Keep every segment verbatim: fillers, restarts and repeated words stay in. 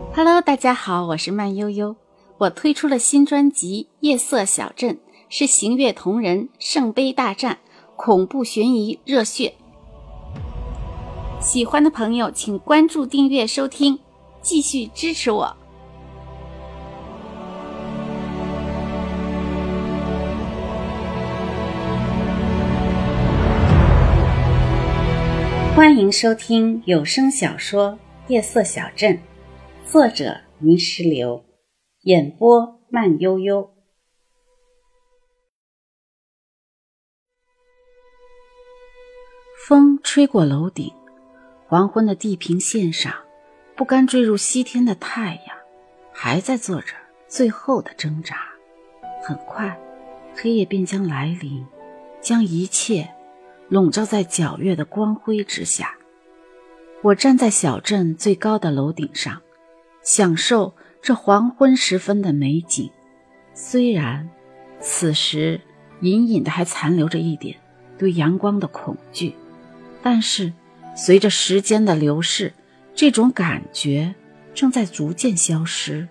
Hello， 大家好，我是慢悠悠。我推出了新专辑《夜色小镇》，是行乐同人圣杯大战，恐怖悬疑热血。喜欢的朋友请关注订阅收听，继续支持我。欢迎收听有声小说《夜色小镇》，作者泥石流，演播慢悠悠。风吹过楼顶，黄昏的地平线上，不甘坠入西天的太阳还在做着最后的挣扎。很快黑夜便将来临，将一切笼罩在皎月的光辉之下。我站在小镇最高的楼顶上，享受这黄昏时分的美景。虽然此时隐隐的还残留着一点对阳光的恐惧，但是随着时间的流逝，这种感觉正在逐渐消失。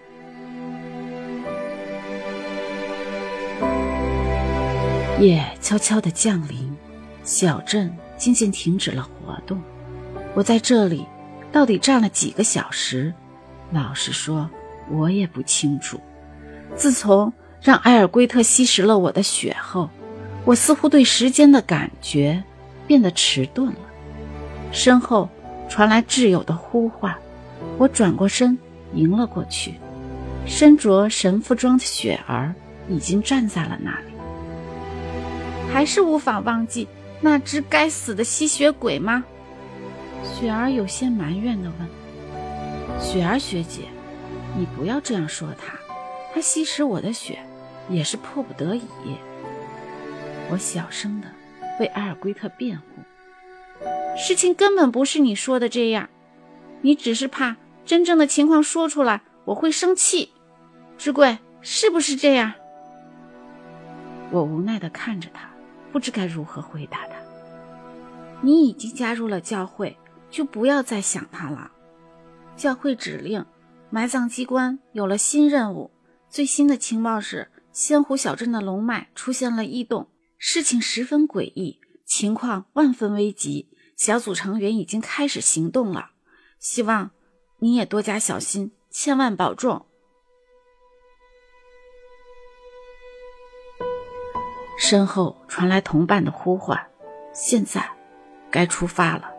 夜悄悄地降临，小镇渐渐停止了活动。我在这里到底站了几个小时，老实说我也不清楚。自从让埃尔圭特吸食了我的血后，我似乎对时间的感觉变得迟钝了。身后传来挚友的呼唤，我转过身迎了过去。身着神父装的雪儿已经站在了那里。还是无法忘记那只该死的吸血鬼吗？雪儿有些埋怨地问。雪儿学姐，你不要这样说她，她吸食我的血也是迫不得已。我小声地为埃尔圭特辩护。事情根本不是你说的这样，你只是怕真正的情况说出来我会生气。之贵，是不是这样？我无奈地看着他，不知该如何回答他。你已经加入了教会，就不要再想他了。教会指令埋葬机关有了新任务，最新的情报是仙湖小镇的龙脉出现了异动，事情十分诡异，情况万分危急，小组成员已经开始行动了，希望你也多加小心，千万保重。身后传来同伴的呼唤，现在该出发了。